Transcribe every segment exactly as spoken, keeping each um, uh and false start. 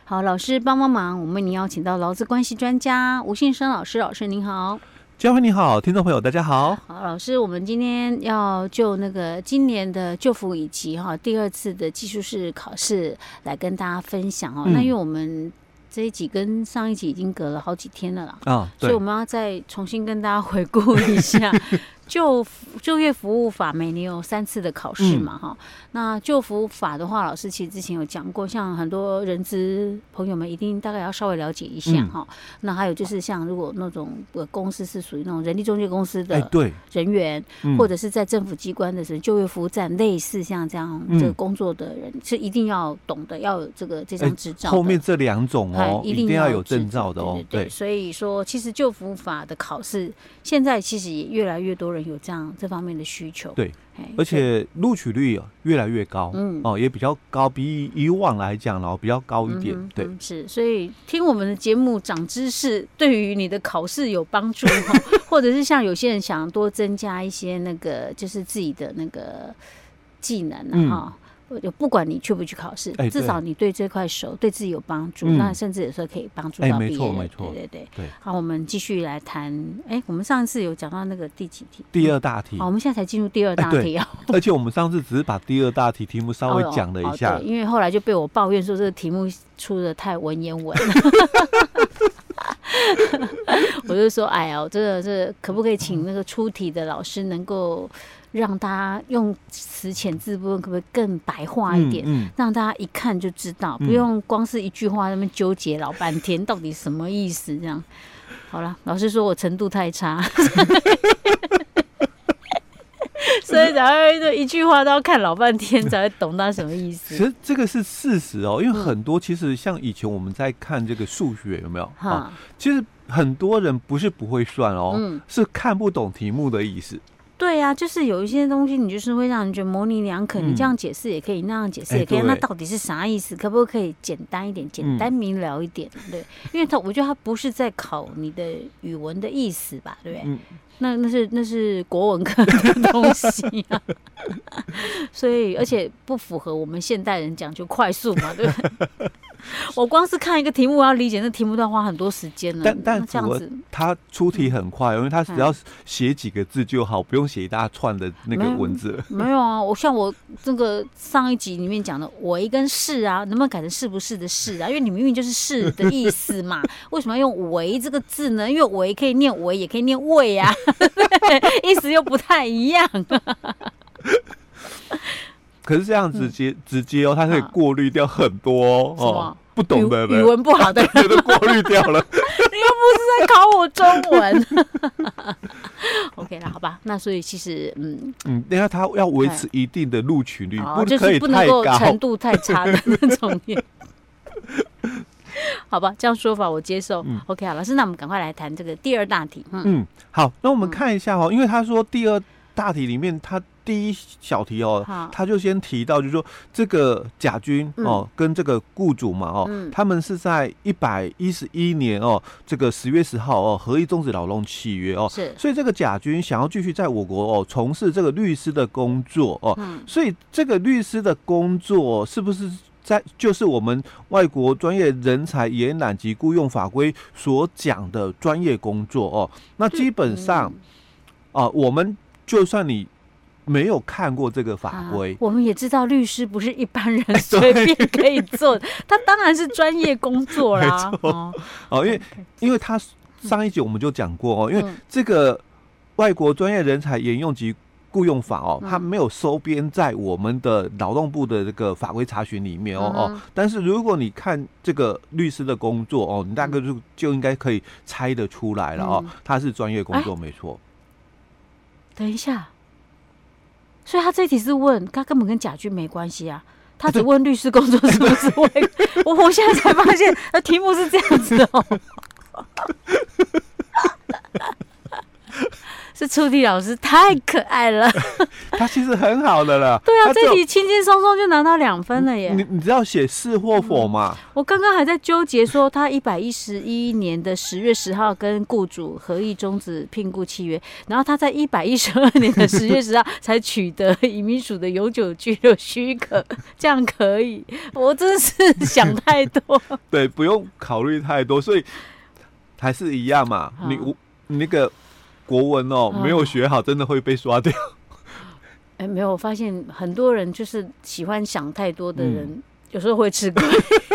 好，老师帮帮忙，我们为您邀请到劳资关系专家吴信生老师，老师您好。 嘉惠你好，听众朋友大家好。 好，老师，我们今天要就那个今年的就服以及哈第二次的技术式考试来跟大家分享哦。嗯、那因为我们这一集跟上一集已经隔了好几天了啦，啊，所以我们要再重新跟大家回顾一下。就就业服务法每年有三次的考试嘛，哈、嗯。那就服务法的话，老师其实之前有讲过，像很多人资朋友们一定大概要稍微了解一下哈、嗯。那还有就是像如果那种公司是属于那种人力中介公司的人员，欸、或者是在政府机关的就业服务站类似像这样这个工作的人，是一定要懂得要有这个这张执照、欸。 后面这两种哦，一定要有证照的哦。 对对对。所以说，其实就服务法的考试现在其实也越来越多人有这样这方面的需求， 对，而且录取率越来越高，嗯，哦，也比较高，比以往来讲然后比较高一点，嗯、对、 嗯，是，所以听我们的节目长知识，对于你的考试有帮助，或者是像有些人想多增加一些那个，就是自己的那个技能啊，哈、嗯。就不管你去不去考试，欸、至少你对这块熟，对自己有帮助，嗯、那甚至有时候可以帮助到别人。欸、 没错没错， 对对 对, 对。好，我们继续来谈。哎、欸，我们上次有讲到那个第几题？ 第二大题。 好，我们现在才进入第二大题啊、 欸。而且我们上次只是把第二大题题目稍微讲了一下、哦哦， 因为后来就被我抱怨说这个题目出的太文言文了。我就说，哎呀，这个这可不可以请那个出题的老师能够让大家用词遣字部分可不可以更白话一点、嗯嗯、让大家一看就知道、嗯、不用光是一句话在那边纠结老半天到底什么意思这样。好了，老师说我程度太差所以才会一句话都要看老半天才会懂它什么意思。 其实这个是事实哦，因为很多其实像以前我们在看这个数学有没有、嗯哦、其实很多人不是不会算哦、嗯、是看不懂题目的意思。 对啊，就是有一些东西你就是会让人觉得模棱两可、嗯、你这样解释也可以，那样解释也可以、欸、那到底是啥意思？可不可以简单一点，简单明了一点、嗯、对，因为他我觉得他不是在考你的语文的意思吧，对不对、嗯、那那是那是国文科的东西啊所以而且不符合我们现代人讲究快速嘛，对不对我光是看一个题目，我要理解那题目都要花很多时间了。 但但这样子，他出题很快，因为他只要写几个字就好，不用写一大串的那个文字。 没有啊，我像我这个上一集里面讲的“为”跟“是”啊，能不能改成“是不是”的“是”啊？因为你明明就是“是”的意思嘛，为什么要用“为”这个字呢？因为“为”可以念“为”，也可以念“为”啊，意思又不太一样。 可是这样直接、嗯、直接哦，它可以过滤掉很多 哦, 哦不懂的人， 语文不好的人都过滤掉了。 你又不是在考我中文。OK 啦，好吧，那所以其实嗯嗯，因为他要维持一定的录取率， 哦、 不可以太高，就是不能够程度太差的那种。好吧，这样说法我接受。嗯、OK 好，老师，那我们赶快来谈这个第二大题。嗯, 嗯好，那我们看一下哦，因为他说第二大题里面他。第一小题哦，他就先提到，就是说这个甲军哦、嗯、跟这个雇主嘛哦、嗯，他们是在一百一十一年哦，这个十月十号哦合意终止劳动契约哦，是，所以这个甲军想要继续在我国哦从事这个律师的工作哦、嗯，所以这个律师的工作是不是在就是我们外国专业人才延揽及雇用法规所讲的专业工作哦？那基本上啊、呃，我们就算你。没有看过这个法规、啊， 我们也知道律师不是一般人随便可以做的，他当然是专业工作啦。 哦，哦因为、okay. 因为他上一集我们就讲过哦，因为这个外国专业人才沿用及雇用法哦，它没有收编在我们的劳动部的这个法规查询里面哦、嗯、哦。但是如果你看这个律师的工作哦，你大概就就应该可以猜得出来了哦，他是专业工作、欸、没错。 等一下。所以他这一题是问，他根本跟甲军没关系啊，他只问律师工作是不是外我我现在才发现，呃，题目是这样子哦，是出题老师太可爱了， 他其实很好的了。 对啊，这题轻轻松松就拿到两分了耶。 你你只要写是或否嘛、嗯。 我刚刚还在纠结说，他一百一十一年的十月十号跟雇主合意终止聘雇契约，然后他在一百一十二年的十月十号才取得移民署的永久居留许可，这样可以？我真是想太多。 对，不用考虑太多，所以还是一样嘛。你你那个国文哦、喔、没有学好，真的会被刷掉。 哎、欸，没有，我发现很多人就是喜欢想太多的人，嗯、有时候会吃亏。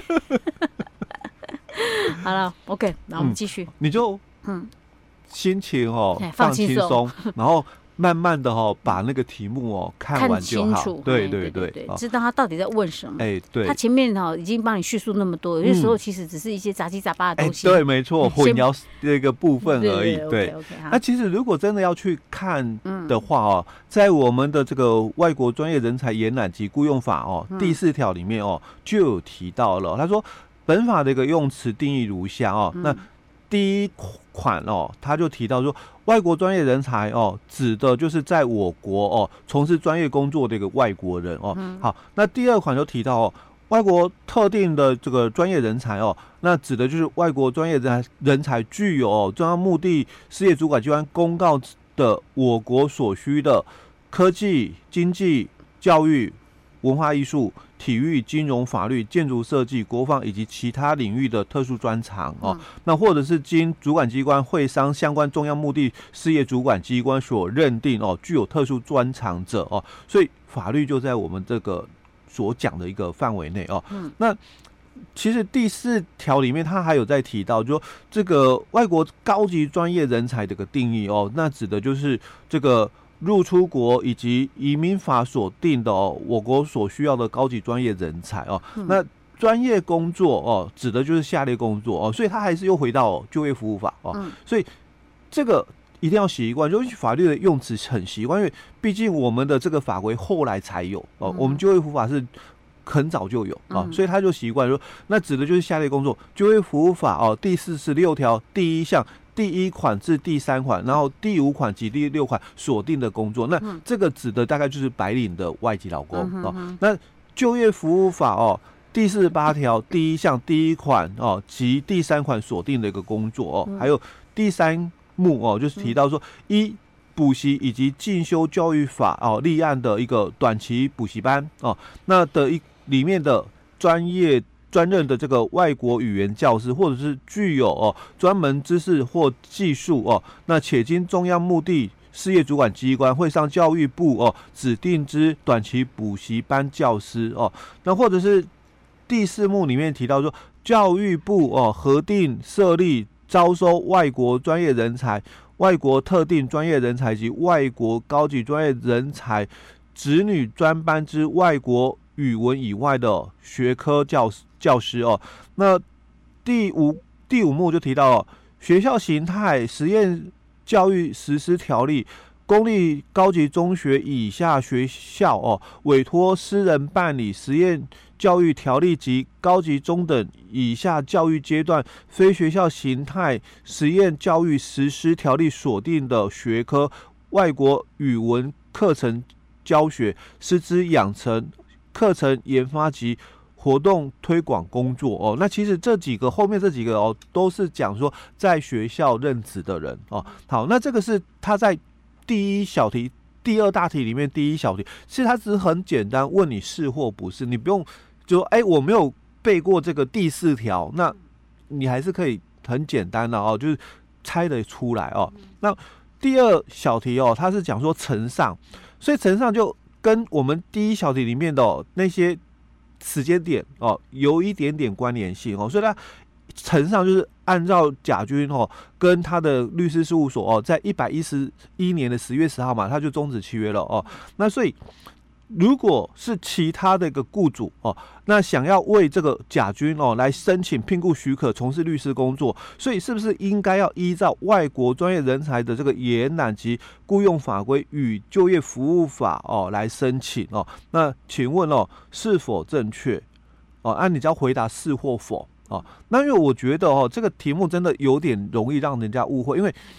好了 ，OK， 那我们继续、嗯。 你就嗯，心情哦、喔、放轻松，然后。慢慢的哦，把那个题目哦看完就好， 看清楚， 对对 对, 对, 对，知道他到底在问什么。 哎、欸，对， 他前面哈已经帮你叙述那么多，有些时候其实只是一些杂七杂八的东西。 哎、欸，对，没错，混淆这个部分而已。对， 对 ，OK， 那其实如果真的要去看的话哦，嗯、在我们的这个外国专业人才延揽及雇用法哦、嗯、第四条里面哦就有提到了，他说本法的一个用词定义如下哦，嗯、那第一款哦，他就提到说。外国专业人才哦，指的就是在我国哦从事专业工作的一个外国人哦。嗯、好，那第二款就提到哦，外国特定的这个专业人才哦，那指的就是外国专业人才人才具有、哦、中央目的事业主管机关公告的我国所需的科技、经济、教育、文化艺术、体育、金融、法律、建筑设计、国防以及其他领域的特殊专长哦，嗯、那或者是经主管机关会商相关中央目的事业主管机关所认定哦，具有特殊专长者哦，所以法律就在我们这个所讲的一个范围内哦。嗯、那其实第四条里面，它还有在提到，就这个外国高级专业人才的一个定义哦，那指的就是这个。入出国以及移民法所定的哦，我国所需要的高级专业人才哦，嗯、那专业工作哦，指的就是下列工作哦，所以它还是又回到、哦、就业服务法哦，嗯、所以这个一定要习惯，就是法律的用词很习惯，因为毕竟我们的这个法规后来才有哦，嗯、我们就业服务法是很早就有啊、哦，嗯、所以他就习惯说，那指的就是下列工作，就业服务法哦第四十六条第一项。第一款至第三款，然后第五款及第六款锁定的工作，那这个指的大概就是白领的外籍劳工、嗯、哦。那就业服务法哦，第四十八条第一项第一款哦及第三款锁定的一个工作哦，嗯、还有第三目哦，就是提到说一补习以及进修教育法哦立案的一个短期补习班哦，那的一里面的专业。专任的这个外国语言教师，或者是具有哦专门知识或技术哦，那且经中央目的事业主管机关会上教育部哦指定之短期补习班教师哦，那或者是第四目里面提到说，教育部哦核定设立招收外国专业人才、外国特定专业人才及外国高级专业人才子女专班之外国语文以外的学科教师。教师哦，那第五第五目就提到哦，学校形态实验教育实施条例，公立高级中学以下学校哦，委托私人办理实验教育条例及高级中等以下教育阶段非学校形态实验教育实施条例锁定的学科外国语文课程教学、师资养成、课程研发及活动推广工作哦，那其实这几个后面这几个哦，都是讲说在学校任职的人哦。好，那这个是他在第一小题、第二大题里面第一小题，其实他只是很简单问你是或不是，你不用就说哎，我没有背过这个第四条，那你还是可以很简单的哦，就是猜得出来哦。那第二小题哦，他是讲说承上，所以承上就跟我们第一小题里面的、哦、那些。时间点哦，有一点点关联性哦，所以他呈上就是按照甲军哦跟他的律师事务所哦，在一百一十一年的十月十号嘛，他就终止契约了哦。那所以如果是其他的一个雇主哦，那想要为这个甲军哦来申请聘雇许可从事律师工作，所以是不是应该要依照外国专业人才的这个延揽及雇用法规与就业服务法哦来申请哦？那请问哦是否正确？哦，那、啊、你只要回答是或否哦。那因为我觉得哦这个题目真的有点容易让人家误会，因为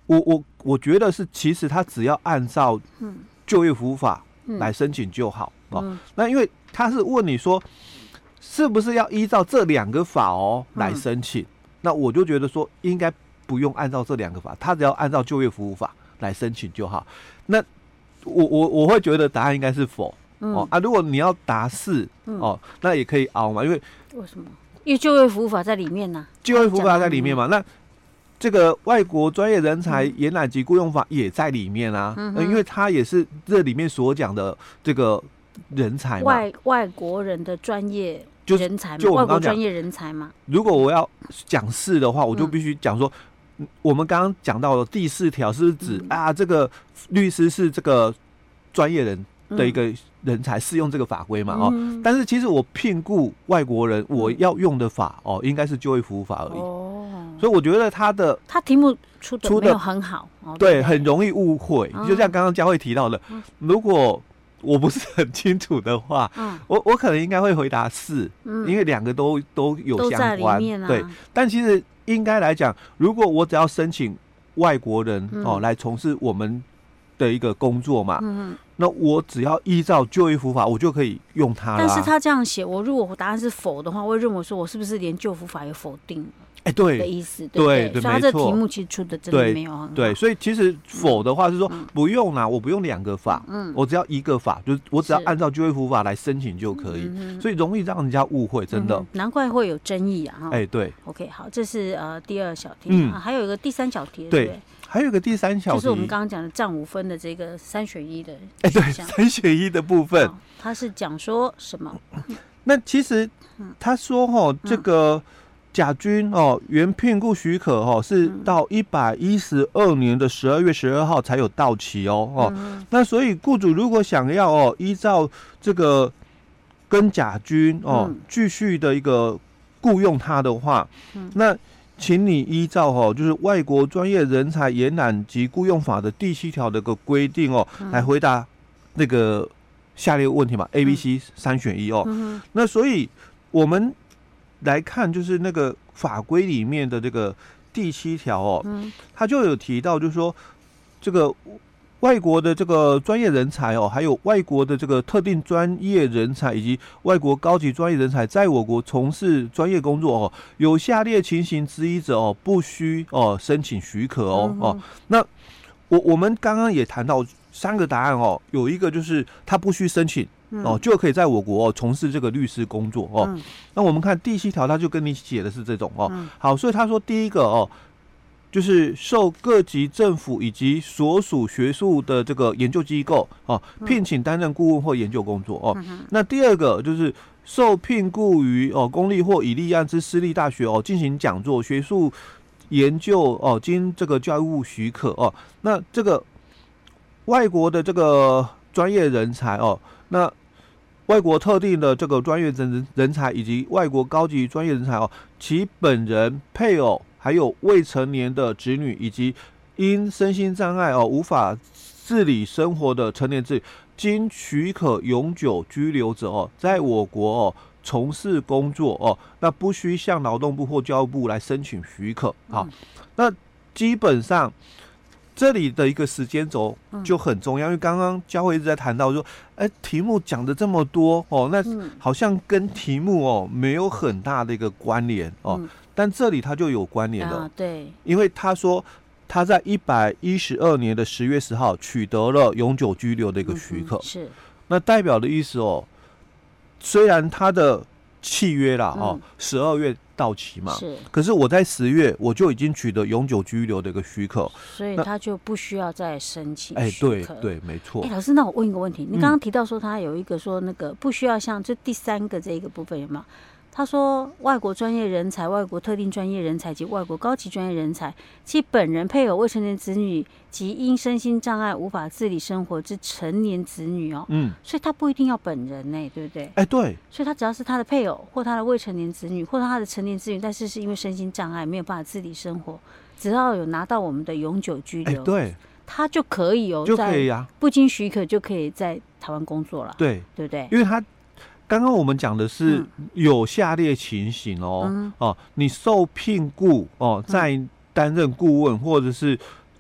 我我我觉得是，其实他只要按照就业服务法来申请就好、嗯、哦。那因为他是问你说，是不是要依照这两个法哦来申请？嗯、那我就觉得说，应该不用按照这两个法，他只要按照就业服务法来申请就好。那我我我会觉得答案应该是否、嗯、哦啊，如果你要答是、嗯、哦，那也可以凹嘛，因为为什么？因为就业服务法在里面呢、啊， 就业服务法在里面嘛，那。这个外国专业人才延揽及雇用法也在里面啊、嗯呃，因为它也是这里面所讲的这个人才嘛， 外外国人的专业人才嘛，就就外国专业人才嘛。 如果我要讲是的话，我就必须讲说，嗯、我们刚刚讲到的第四条是指、嗯、啊，这个律师是这个专业人的一个人才适用这个法规嘛、嗯、哦，但是其实我聘雇外国人，我要用的法哦，应该是就业服务法而已。哦。所以我觉得他的他题目出的没有很好， 哦、对，很容易误会。嗯、就像刚刚佳慧提到的，嗯、如果我不是很清楚的话，嗯、我我可能应该会回答是，嗯、因为两个都都有相关。啊、对，但其实应该来讲，如果我只要申请外国人、嗯、哦来从事我们的一个工作嘛，嗯、那我只要依照就业服务法，我就可以用它啦。 但是他这样写，我如果答案是否的话，我会认为说我是不是连就业服务法也否定？ 哎、欸，对的意思，对对，对，所以他这题目其实出的真的没有很好。 对，所以其实否的话是说、嗯、不用啦，我不用两个法，嗯，我只要一个法，就是我只要按照就业服务法来申请就可以，嗯、所以容易让人家误会，真的。嗯、 难怪会有争议啊！ 哎、欸，对。 OK， 好，这是呃第二小题、嗯啊，还有一个第三小题，对，对还有一个第三小题， 就是我们刚刚讲的占五分的这个三选一的， 哎、欸，对，三选一的部分， 他是讲说什么？ 那其实他说哈、哦，这个。甲军哦，原聘雇许可哦是到一百一十二年的十二月十二号才有到期哦哦，嗯、那所以雇主如果想要哦依照这个跟甲军哦、嗯、继续的一个雇用他的话，嗯、那请你依照哦就是外国专业人才延揽及雇用法的第七条的一个规定哦、嗯、来回答那个下列问题嘛 ，A、B、C 三选一哦，嗯、那所以我们。来看就是那个法规里面的这个第七条哦，嗯，他就有提到，就是说这个外国的这个专业人才哦，还有外国的这个特定专业人才以及外国高级专业人才，在我国从事专业工作哦，有下列情形之一者哦，不需哦申请许可哦、嗯、哦。那我我们刚刚也谈到三个答案哦，有一个就是他不需申请。哦，就可以在我国、哦、从事这个律师工作哦。嗯、那我们看第七条，他就跟你写的是这种哦。嗯、好，所以他说第一个哦，就是受各级政府以及所属学术的这个研究机构哦聘请担任顾问或研究工作哦。嗯、那第二个就是受聘雇于哦公立或以立案之私立大学哦进行讲座、学术研究哦，经这个教育部许可哦。那这个外国的这个专业人才哦。那外国特定的这个专业人人才以及外国高级专业人才哦，其本人、配偶还有未成年的子女，以及因身心障碍哦无法自理生活的成年子女，经许可永久居留者哦，在我国哦从事工作哦，那不需向劳动部或教育部来申请许可。好，嗯、那基本上。这里的一个时间轴就很重要，嗯、因为刚刚佳慧一直在谈到说，哎，题目讲的这么多哦，那好像跟题目哦没有很大的一个关联哦，嗯、但这里它就有关联了，啊、 对， 因为他说他在一百一十二年的十月十号取得了永久居留的一个许可，嗯、是，那代表的意思哦，虽然他的契约啦哦，十二、嗯、月。到期嘛，是，可是我在十月我就已经取得永久居留的一个许可， 所以他就不需要再申请许可。哎、欸， 对对，没错。 哎、欸，老师，那我问一个问题，你刚刚提到说他有一个说那个不需要像这第三个这个部分有没有？他说，外国专业人才、外国特定专业人才及外国高级专业人才，其本人、配偶、未成年子女及因身心障碍无法自理生活之成年子女哦，嗯，所以他不一定要本人呢，对不对？ 哎、欸，对， 所以他只要是他的配偶或他的未成年子女或他的成年子女，但是是因为身心障碍没有办法自理生活，只要有拿到我们的永久居留， 哎、欸，对， 他就可以哦， 就可以啊， 不经许可就可以在台湾工作了， 对， 对不对？ 因为他。刚刚我们讲的是有下列情形哦，嗯、哦，你受聘雇哦，在担任顾问或者是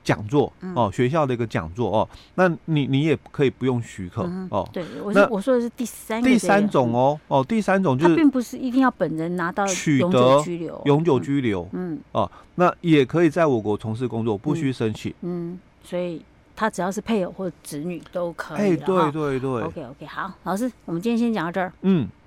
讲座、嗯、哦，学校的一个讲座哦，那你你也可以不用许可、嗯、哦。 对，我是我说的是第三个第三种哦哦，第三种就是他并不是一定要本人拿到取永久居留， 永久居留，嗯哦，那也可以在我国从事工作，不需申请， 嗯，嗯所以他只要是配偶或子女都可以了。 哎，对对对 ，OK OK， 好，老师，我们今天先讲到这儿， 嗯。